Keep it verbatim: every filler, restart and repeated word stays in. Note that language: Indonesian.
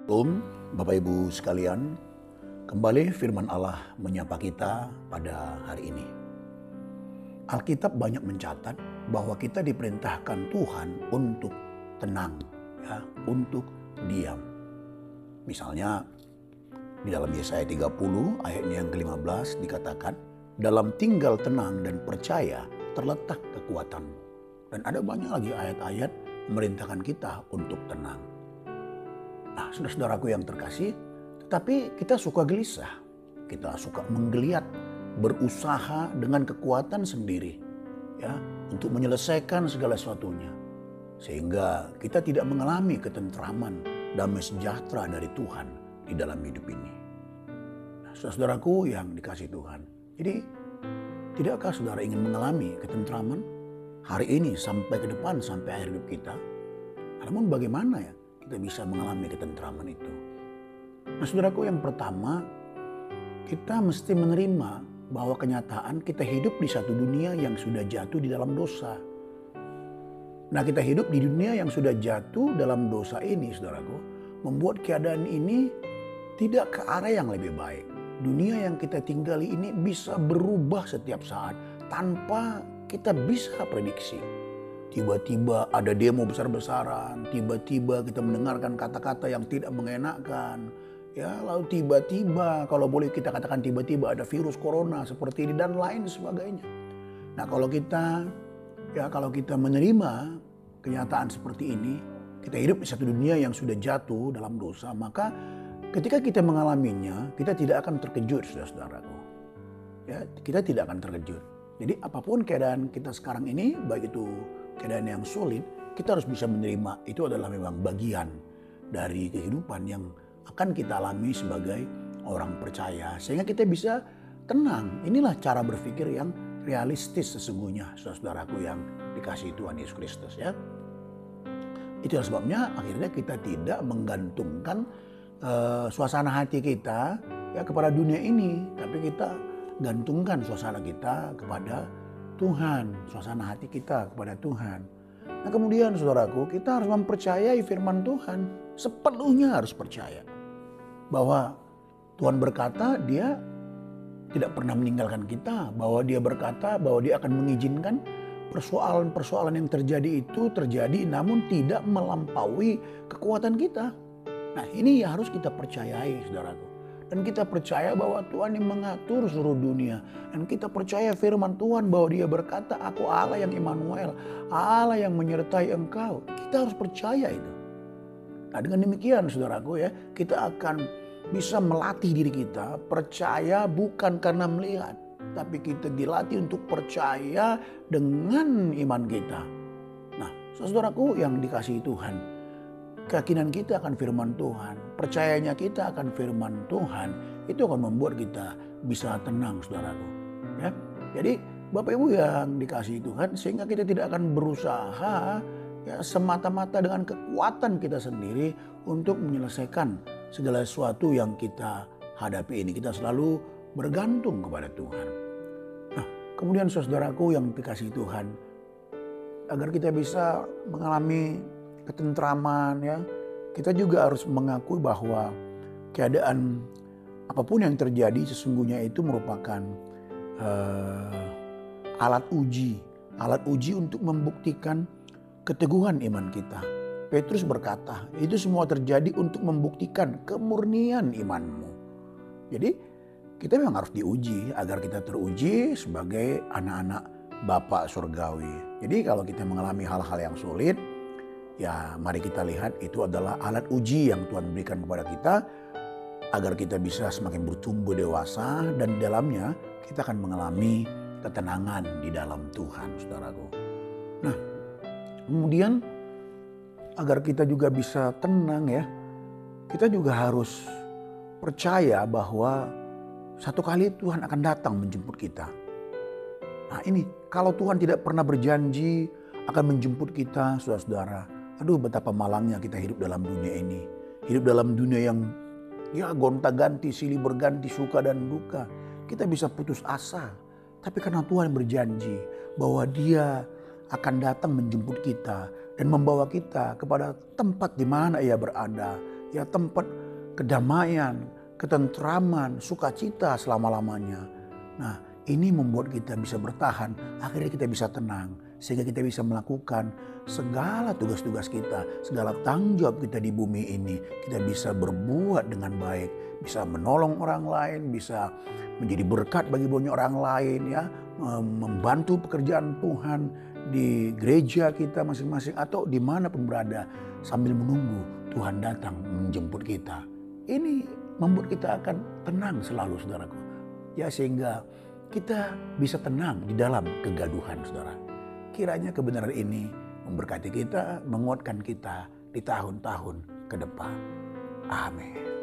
Shalom, Bapak Ibu sekalian, kembali firman Allah menyapa kita pada hari ini. Alkitab banyak mencatat bahwa kita diperintahkan Tuhan untuk tenang, ya, untuk diam. Misalnya di dalam Yesaya tiga puluh ayatnya yang kelima belas dikatakan, dalam tinggal tenang dan percaya terletak kekuatanmu. Dan ada banyak lagi ayat-ayat memerintahkan kita untuk tenang. Nah, saudara-saudaraku yang terkasih, tetapi kita suka gelisah, kita suka menggeliat, berusaha dengan kekuatan sendiri, ya, untuk menyelesaikan segala sesuatunya, sehingga kita tidak mengalami ketentraman, damai sejahtera dari Tuhan di dalam hidup ini. Nah, saudaraku yang dikasihi Tuhan, jadi tidakkah saudara ingin mengalami ketentraman hari ini sampai ke depan, sampai akhir hidup kita? Namun bagaimana ya kita bisa mengalami ketentraman itu? Nah, saudaraku, yang pertama, kita mesti menerima bahwa kenyataan kita hidup di satu dunia yang sudah jatuh di dalam dosa. Nah, kita hidup di dunia yang sudah jatuh dalam dosa ini, saudaraku, membuat keadaan ini tidak ke arah yang lebih baik. Dunia yang kita tinggali ini bisa berubah setiap saat tanpa kita bisa prediksi. Tiba-tiba ada demo besar-besaran, tiba-tiba kita mendengarkan kata-kata yang tidak mengenakan. Ya, lalu tiba-tiba, kalau boleh kita katakan tiba-tiba ada virus corona seperti ini dan lain sebagainya. Nah, kalau kita ya kalau kita menerima kenyataan seperti ini, kita hidup di satu dunia yang sudah jatuh dalam dosa, maka ketika kita mengalaminya, kita tidak akan terkejut, saudara-saudaraku. Ya, kita tidak akan terkejut. Jadi apapun keadaan kita sekarang ini, baik itu keadaan yang sulit, kita harus bisa menerima itu adalah memang bagian dari kehidupan yang akan kita alami sebagai orang percaya. Sehingga kita bisa tenang. Inilah cara berpikir yang realistis sesungguhnya, saudaraku yang dikasihi Tuhan Yesus Kristus, ya. Itulah sebabnya akhirnya kita tidak menggantungkan uh, suasana hati kita ya kepada dunia ini, tapi kita gantungkan suasana kita kepada Tuhan, suasana hati kita kepada Tuhan. Nah, kemudian saudaraku, kita harus mempercayai firman Tuhan. Sepenuhnya harus percaya bahwa Tuhan berkata dia tidak pernah meninggalkan kita, bahwa dia berkata bahwa dia akan mengizinkan persoalan-persoalan yang terjadi itu terjadi namun tidak melampaui kekuatan kita. Nah, ini yang harus kita percayai, saudaraku. Dan kita percaya bahwa Tuhan yang mengatur seluruh dunia. Dan kita percaya firman Tuhan bahwa dia berkata, aku Allah yang Immanuel, Allah yang menyertai engkau. Kita harus percaya itu. Nah, dengan demikian saudaraku ya, kita akan bisa melatih diri kita percaya bukan karena melihat. Tapi kita dilatih untuk percaya dengan iman kita. Nah, saudaraku yang dikasihi Tuhan, keyakinan kita akan firman Tuhan, percayanya kita akan firman Tuhan, itu akan membuat kita bisa tenang, saudaraku. Ya, jadi Bapak Ibu yang dikasihi Tuhan, sehingga kita tidak akan berusaha ya semata-mata dengan kekuatan kita sendiri untuk menyelesaikan segala sesuatu yang kita hadapi ini. Kita selalu bergantung kepada Tuhan. Nah, kemudian saudaraku yang dikasihi Tuhan, agar kita bisa mengalami ketentraman, ya, kita juga harus mengakui bahwa keadaan apapun yang terjadi sesungguhnya itu merupakan uh, alat uji, alat uji untuk membuktikan keteguhan iman kita. Petrus berkata, itu semua terjadi untuk membuktikan kemurnian imanmu. Jadi kita memang harus diuji agar kita teruji sebagai anak-anak Bapa surgawi. Jadi kalau kita mengalami hal-hal yang sulit, ya mari kita lihat itu adalah alat uji yang Tuhan berikan kepada kita agar kita bisa semakin bertumbuh dewasa dan di dalamnya kita akan mengalami ketenangan di dalam Tuhan, saudaraku. Nah, kemudian agar kita juga bisa tenang ya, kita juga harus percaya bahwa satu kali Tuhan akan datang menjemput kita. Nah, ini kalau Tuhan tidak pernah berjanji akan menjemput kita, saudara-saudara, aduh betapa malangnya kita hidup dalam dunia ini. Hidup dalam dunia yang ya gonta-ganti, silih berganti, suka dan duka. Kita bisa putus asa. Tapi karena Tuhan berjanji bahwa dia akan datang menjemput kita dan membawa kita kepada tempat di mana ia berada. ya tempat kedamaian, ketentraman, sukacita selama-lamanya. Nah, ini membuat kita bisa bertahan, akhirnya kita bisa tenang, sehingga kita bisa melakukan segala tugas-tugas kita, segala tanggung jawab kita di bumi ini. Kita bisa berbuat dengan baik, bisa menolong orang lain, bisa menjadi berkat bagi banyak orang lain, ya, membantu pekerjaan Tuhan di gereja kita masing-masing atau dimanapun berada sambil menunggu Tuhan datang menjemput kita. Ini membuat kita akan tenang selalu, saudaraku. Ya, sehingga kita bisa tenang di dalam kegaduhan, saudara. Kiranya kebenaran ini memberkati kita, menguatkan kita di tahun-tahun ke depan. Amin.